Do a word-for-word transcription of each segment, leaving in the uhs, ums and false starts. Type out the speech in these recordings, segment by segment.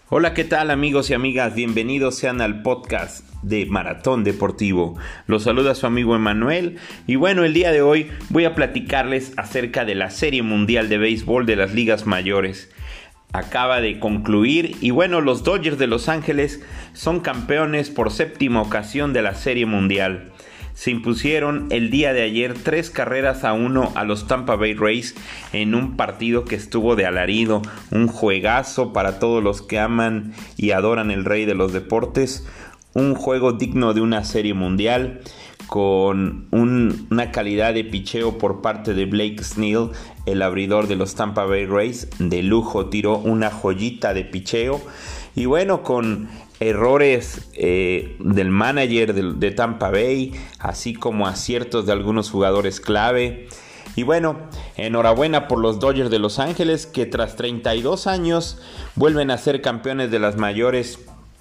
Hola, ¿qué tal amigos y amigas? Bienvenidos sean al podcast de Maratón Deportivo. Los saluda su amigo Emanuel y bueno, el día de hoy voy a platicarles acerca de la Serie Mundial de Béisbol de las Ligas Mayores. Acaba de concluir y bueno, los Dodgers de Los Ángeles son campeones por séptima ocasión de la Serie Mundial. Se impusieron el día de ayer tres carreras a uno a los Tampa Bay Rays en un partido que estuvo de alarido, un juegazo para todos los que aman y adoran el rey de los deportes, un juego digno de una serie mundial con un, una calidad de picheo por parte de Blake Snell, el abridor de los Tampa Bay Rays, de lujo, tiró una joyita de picheo y bueno, con errores eh, del manager de, de Tampa Bay, así como aciertos de algunos jugadores clave. Y bueno, enhorabuena por los Dodgers de Los Ángeles, que tras treinta y dos años vuelven a ser campeones de las mayores,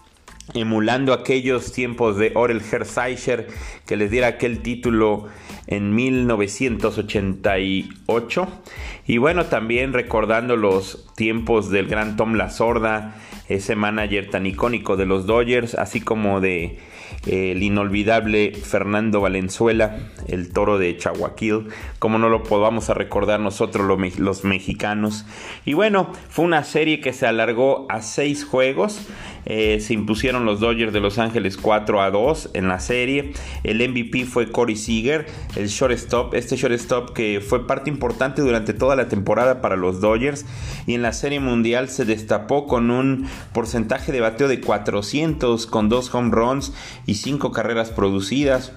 emulando aquellos tiempos de Orel Hershiser, que les diera aquel título en mil novecientos ochenta y ocho. Y bueno, también recordando los tiempos del gran Tom Lasorda, ese manager tan icónico de los Dodgers, así como de eh, el inolvidable Fernando Valenzuela, el toro de Chaguaquil, como no lo podamos a recordar nosotros los, los mexicanos. Y bueno, fue una serie que se alargó a seis juegos. Eh, se impusieron los Dodgers de Los Ángeles cuatro a dos en la serie. El M V P fue Corey Seager, el shortstop, este shortstop que fue parte importante durante toda la temporada para los Dodgers, y en la Serie Mundial se destapó con un porcentaje de bateo de cuatrocientos, con dos home runs y cinco carreras producidas.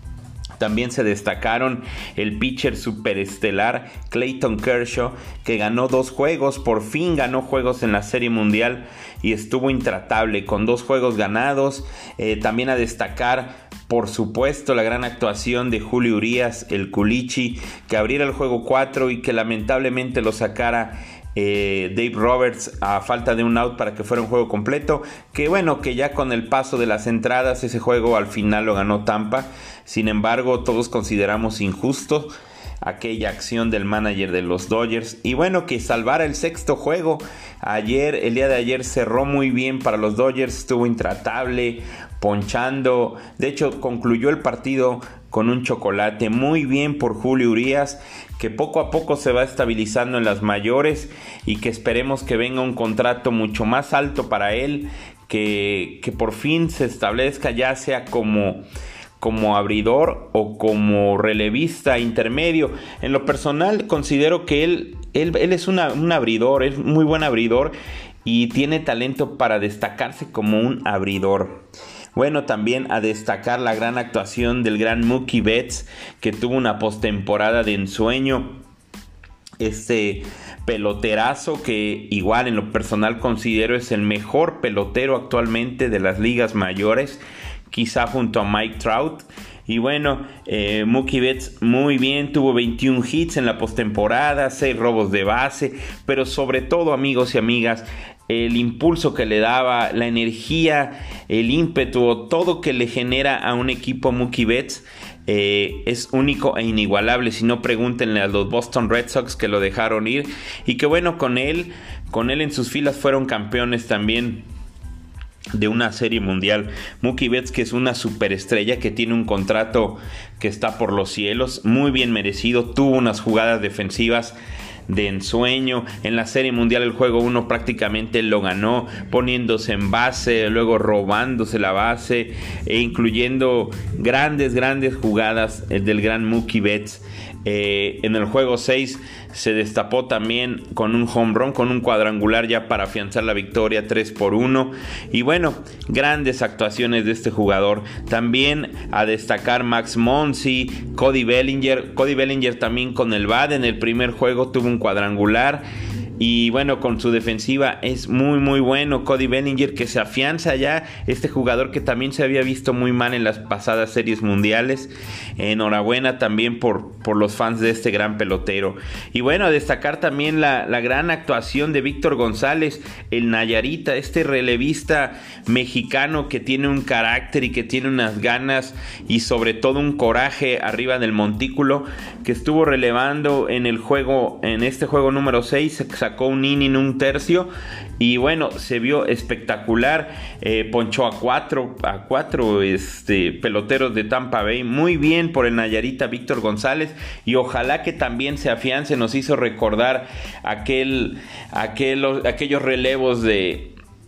También se destacaron el pitcher superestelar Clayton Kershaw, que ganó dos juegos, por fin ganó juegos en la Serie Mundial y estuvo intratable con dos juegos ganados. Eh, también a destacar, por supuesto, la gran actuación de Julio Urías, el Culichi, que abriera el juego cuatro y que lamentablemente lo sacara Eh, Dave Roberts a falta de un out para que fuera un juego completo, que bueno, que ya con el paso de las entradas ese juego al final lo ganó Tampa. Sin embargo, todos consideramos injusto aquella acción del manager de los Dodgers y bueno, que salvara el sexto juego. Ayer, el día de ayer cerró muy bien para los Dodgers, estuvo intratable, ponchando, de hecho concluyó el partido con un chocolate. Muy bien por Julio Urías, que poco a poco se va estabilizando en las mayores y que esperemos que venga un contrato mucho más alto para él, que, que por fin se establezca, ya sea como, como abridor o como relevista intermedio. En lo personal considero que él, él, él es una, un abridor, es muy buen abridor y tiene talento para destacarse como un abridor. Bueno, también a destacar la gran actuación del gran Mookie Betts, que tuvo una postemporada de ensueño. Este peloterazo que igual en lo personal considero es el mejor pelotero actualmente de las ligas mayores, quizá junto a Mike Trout. Y bueno, eh, Mookie Betts muy bien, tuvo veintiún hits en la postemporada, seis robos de base, pero sobre todo, amigos y amigas, el impulso que le daba, la energía, el ímpetu, todo que le genera a un equipo Mookie Betts eh, es único e inigualable. Si no, pregúntenle a los Boston Red Sox, que lo dejaron ir y que bueno, con él, con él en sus filas fueron campeones también de una serie mundial. Mookie Betts, que es una superestrella, que tiene un contrato que está por los cielos, muy bien merecido, tuvo unas jugadas defensivas de ensueño. En la Serie Mundial el juego uno prácticamente lo ganó poniéndose en base, luego robándose la base e incluyendo grandes, grandes jugadas del gran Mookie Betts. Eh, en el juego seis se destapó también con un home run, con un cuadrangular ya para afianzar la victoria tres por uno. Y bueno, grandes actuaciones de este jugador. También a destacar Max Muncy, Cody Bellinger. Cody Bellinger también con el bat en el primer juego tuvo un cuadrangular. Y bueno, con su defensiva es muy muy bueno Cody Bellinger, que se afianza ya, este jugador que también se había visto muy mal en las pasadas series mundiales. Enhorabuena también por, por los fans de este gran pelotero. Y bueno, a destacar también la, la gran actuación de Víctor González, el Nayarita, este relevista mexicano que tiene un carácter y que tiene unas ganas y sobre todo un coraje arriba del montículo, que estuvo relevando en el juego, en este juego número seis, sacó sacó un inning, un tercio, y bueno, se vio espectacular. Eh, ponchó a cuatro, a cuatro este, peloteros de Tampa Bay. Muy bien por el Nayarita Víctor González, y ojalá que también se afiance. Nos hizo recordar aquel, aquel, aquellos relevos de...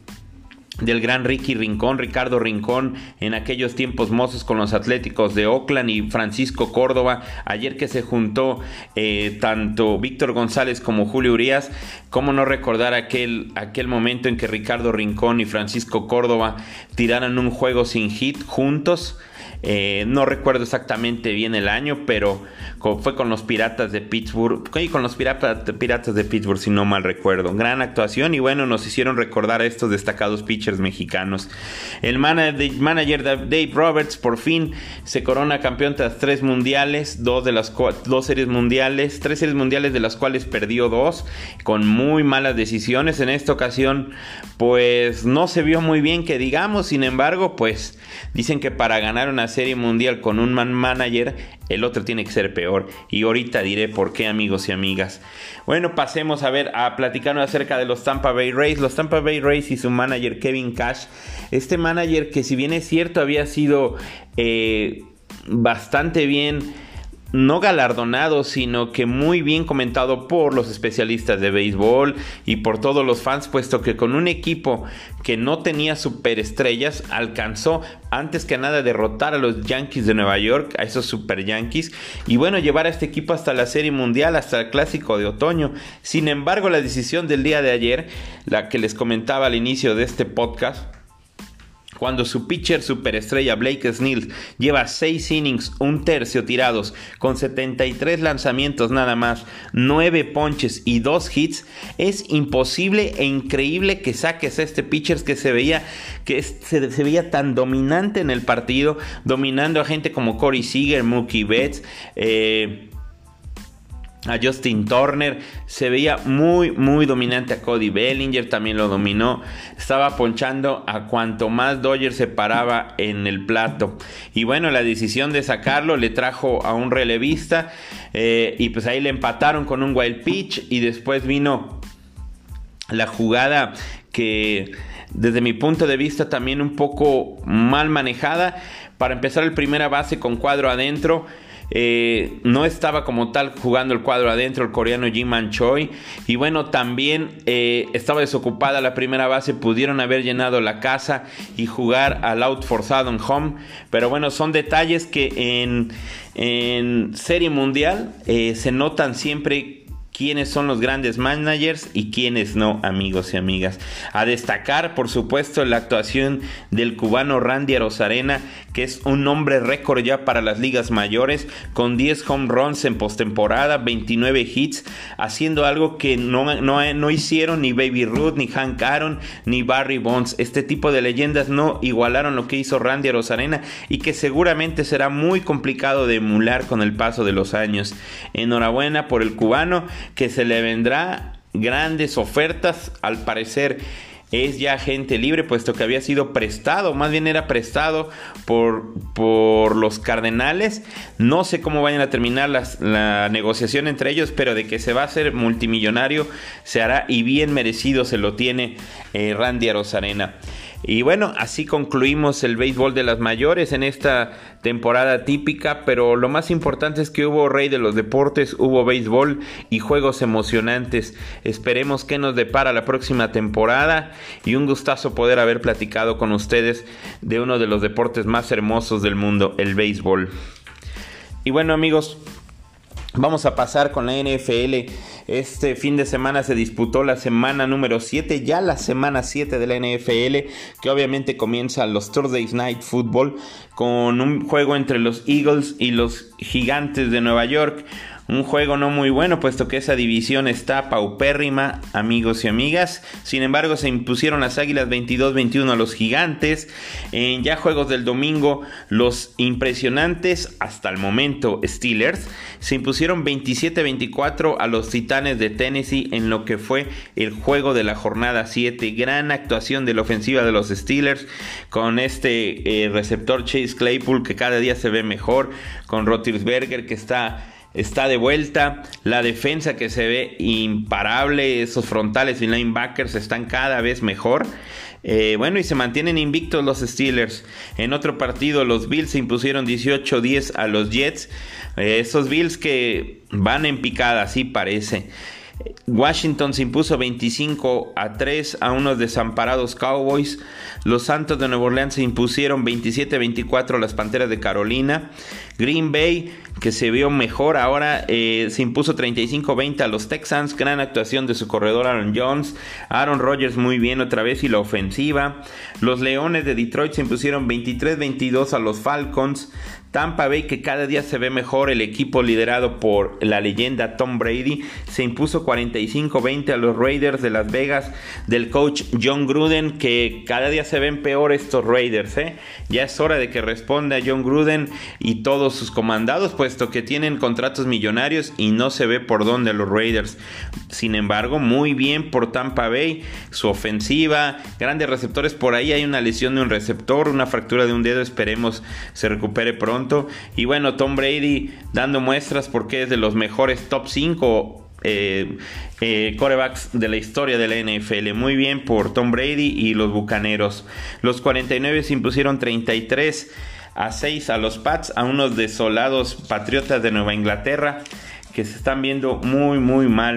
del gran Ricky Rincón, Ricardo Rincón, en aquellos tiempos mozos con los Atléticos de Oakland, y Francisco Córdoba. Ayer que se juntó eh, tanto Víctor González como Julio Urías, cómo no recordar aquel, aquel momento en que Ricardo Rincón y Francisco Córdoba tiraron un juego sin hit juntos. Eh, no recuerdo exactamente bien el año, pero fue con los Piratas de Pittsburgh, y con los pirata, Piratas de Pittsburgh, si no mal recuerdo. Gran actuación, y bueno, nos hicieron recordar a estos destacados pitchers mexicanos. El manager Dave Roberts por fin se corona campeón tras tres mundiales, dos de las dos series mundiales, tres series mundiales de las cuales perdió dos, con muy malas decisiones. En esta ocasión, pues no se vio muy bien que digamos. Sin embargo, pues dicen que para ganar una serie mundial con un man manager, el otro tiene que ser peor, y ahorita diré por qué, amigos y amigas. Bueno, pasemos a ver, a platicar acerca de los Tampa Bay Rays. Los Tampa Bay Rays y su manager Kevin Cash, este manager que, si bien es cierto, había sido eh, bastante bien, no galardonado, sino que muy bien comentado por los especialistas de béisbol y por todos los fans, puesto que con un equipo que no tenía superestrellas, alcanzó antes que nada derrotar a los Yankees de Nueva York, a esos super Yankees, y bueno, llevar a este equipo hasta la Serie Mundial, hasta el Clásico de Otoño. Sin embargo, la decisión del día de ayer, la que les comentaba al inicio de este podcast, cuando su pitcher superestrella Blake Snell lleva seis innings, un tercio tirados, con setenta y tres lanzamientos nada más, nueve ponches y dos hits, es imposible e increíble que saques a este pitcher que se veía que se, se veía tan dominante en el partido, dominando a gente como Corey Seager, Mookie Betts, eh, a Justin Turner. Se veía muy muy dominante. A Cody Bellinger también lo dominó. Estaba ponchando a cuanto más Dodgers se paraba en el plato. Y bueno, la decisión de sacarlo le trajo a un relevista, eh, y pues ahí le empataron con un wild pitch, y después vino la jugada que, desde mi punto de vista, también un poco mal manejada. Para empezar, el primera base con cuadro adentro, Eh, no estaba como tal jugando el cuadro adentro el coreano Ji-Man Choi, y bueno, también eh, estaba desocupada la primera base. Pudieron haber llenado la casa y jugar al out forzado en home, pero bueno, son detalles que en, en Serie Mundial eh, se notan siempre quiénes son los grandes managers y quiénes no, amigos y amigas. A destacar, por supuesto, la actuación del cubano Randy Arozarena, que es un hombre récord ya para las ligas mayores, con diez home runs en postemporada, veintinueve hits, haciendo algo que no, no, no hicieron ni Baby Ruth, ni Hank Aaron, ni Barry Bonds. Este tipo de leyendas no igualaron lo que hizo Randy Arozarena, y que seguramente será muy complicado de emular con el paso de los años. Enhorabuena por el cubano, que se le vendrá grandes ofertas. Al parecer es ya agente libre, puesto que había sido prestado, más bien era prestado por, por los Cardenales. No sé cómo vayan a terminar las, la negociación entre ellos, pero de que se va a hacer multimillonario se hará, y bien merecido se lo tiene eh, Randy Arozarena. Y bueno, así concluimos el béisbol de las mayores en esta temporada típica, pero lo más importante es que hubo rey de los deportes, hubo béisbol y juegos emocionantes. Esperemos que nos depara la próxima temporada, y un gustazo poder haber platicado con ustedes de uno de los deportes más hermosos del mundo, el béisbol. Y bueno, amigos, vamos a pasar con la N F L. Este fin de semana se disputó la semana número siete, ya la semana siete de la N F L, que obviamente comienza los Thursday Night Football, con un juego entre los Eagles y los Gigantes de Nueva York. Un juego no muy bueno, puesto que esa división está paupérrima, amigos y amigas. Sin embargo, se impusieron las Águilas veintidós veintiuno a los Gigantes. En ya juegos del domingo, los impresionantes hasta el momento Steelers se impusieron veintisiete veinticuatro a los Titanes de Tennessee en lo que fue el juego de la jornada siete. Gran actuación de la ofensiva de los Steelers, con este eh, receptor Chase Claypool, que cada día se ve mejor, con Roethlisberger, que está está de vuelta, la defensa que se ve imparable, esos frontales y linebackers están cada vez mejor. Eh, bueno, y se mantienen invictos los Steelers. En otro partido los Bills se impusieron dieciocho diez a los Jets. Eh, esos Bills que van en picada, así parece. Washington se impuso veinticinco a tres a unos desamparados Cowboys. Los Santos de Nueva Orleans se impusieron veintisiete a veinticuatro a las Panteras de Carolina. Green Bay, que se vio mejor ahora, eh, se impuso treinta y cinco a veinte a los Texans. Gran actuación de su corredor Aaron Jones. Aaron Rodgers muy bien otra vez y la ofensiva. Los Leones de Detroit se impusieron veintitrés a veintidós a los Falcons. Tampa Bay, que cada día se ve mejor, el equipo liderado por la leyenda Tom Brady, se impuso cuarenta y cinco a veinte a los Raiders de Las Vegas del coach John Gruden, que cada día se ven peor estos Raiders, ¿eh? Ya es hora de que responda John Gruden y todos sus comandados, puesto que tienen contratos millonarios y no se ve por dónde los Raiders. Sin embargo, muy bien por Tampa Bay, su ofensiva, grandes receptores. Por ahí hay una lesión de un receptor, una fractura de un dedo, esperemos se recupere pronto. Y bueno, Tom Brady dando muestras porque es de los mejores top cinco eh, eh, quarterbacks de la historia de la N F L. Muy bien por Tom Brady y los Bucaneros. Los cuarenta y nueve se impusieron treinta y tres a seis a los Pats, a unos desolados Patriotas de Nueva Inglaterra que se están viendo muy muy mal.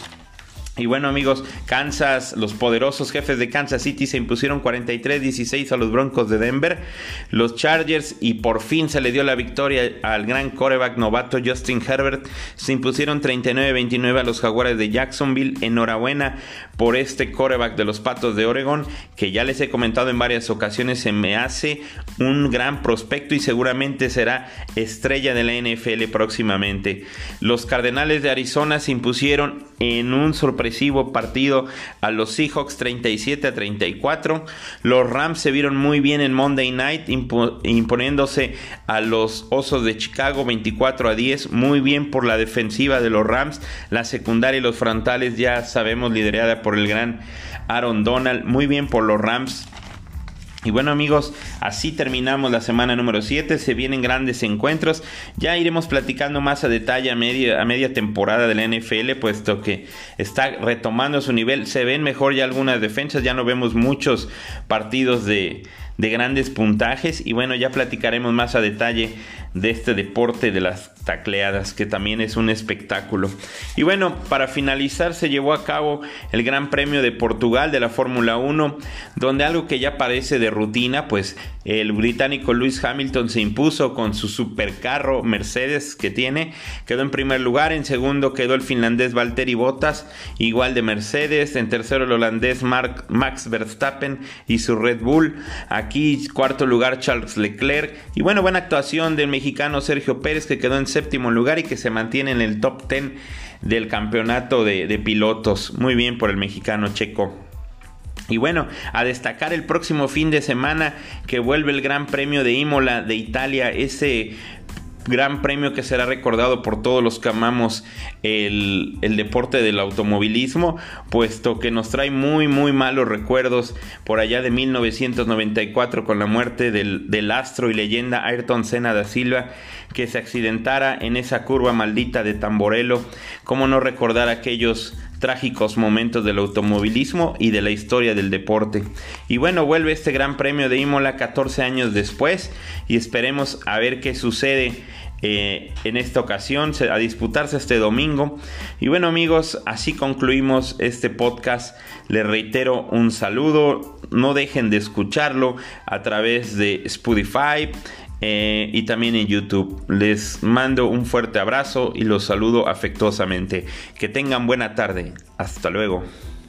Y bueno, amigos, Kansas, los poderosos jefes de Kansas City se impusieron cuarenta y tres a dieciséis a los Broncos de Denver. Los Chargers, y por fin se le dio la victoria al gran quarterback novato Justin Herbert, se impusieron treinta y nueve a veintinueve a los Jaguares de Jacksonville. Enhorabuena por este quarterback de los Patos de Oregon, que ya les he comentado en varias ocasiones, se me hace un gran prospecto y seguramente será estrella de la N F L próximamente. Los Cardenales de Arizona se impusieron en un sorpresivo partido a los Seahawks treinta y siete a treinta y cuatro. Los Rams se vieron muy bien en Monday Night, impo- imponiéndose a los Osos de Chicago veinticuatro a diez. Muy bien por la defensiva de los Rams, la secundaria y los frontales ya sabemos liderada por el gran Aaron Donald. Muy bien por los Rams. Y bueno, amigos, así terminamos la semana número siete. Se vienen grandes encuentros. Ya iremos platicando más a detalle a media, a media temporada de la N F L, puesto que está retomando su nivel. Se ven mejor ya algunas defensas. Ya no vemos muchos partidos de, de grandes puntajes. Y bueno, ya platicaremos más a detalle de este deporte de las tacleadas, que también es un espectáculo. Y bueno, para finalizar, se llevó a cabo el Gran Premio de Portugal de la Fórmula uno, donde algo que ya parece de rutina, pues el británico Lewis Hamilton se impuso con su supercarro Mercedes que tiene, quedó en primer lugar. En segundo quedó el finlandés Valtteri Bottas, igual de Mercedes. En tercero el holandés Mark, Max Verstappen y su Red Bull. Aquí cuarto lugar Charles Leclerc. Y bueno, buena actuación del mexicano Sergio Pérez, que quedó en séptimo lugar y que se mantiene en el top diez del campeonato de, de pilotos. Muy bien por el mexicano Checo. Y bueno, a destacar el próximo fin de semana que vuelve el Gran Premio de Imola de Italia, ese gran premio que será recordado por todos los que amamos el, el deporte del automovilismo, puesto que nos trae muy muy malos recuerdos por allá de mil novecientos noventa y cuatro, con la muerte del, del astro y leyenda Ayrton Senna da Silva, que se accidentara en esa curva maldita de Tamborello. Cómo no recordar aquellos trágicos momentos del automovilismo y de la historia del deporte. Y bueno, vuelve este Gran Premio de Imola catorce años después y esperemos a ver qué sucede eh, en esta ocasión, a disputarse este domingo. Y bueno, amigos, así concluimos este podcast. Les reitero un saludo, no dejen de escucharlo a través de Spotify Eh, y también en YouTube. Les mando un fuerte abrazo y los saludo afectuosamente. Que tengan buena tarde. Hasta luego.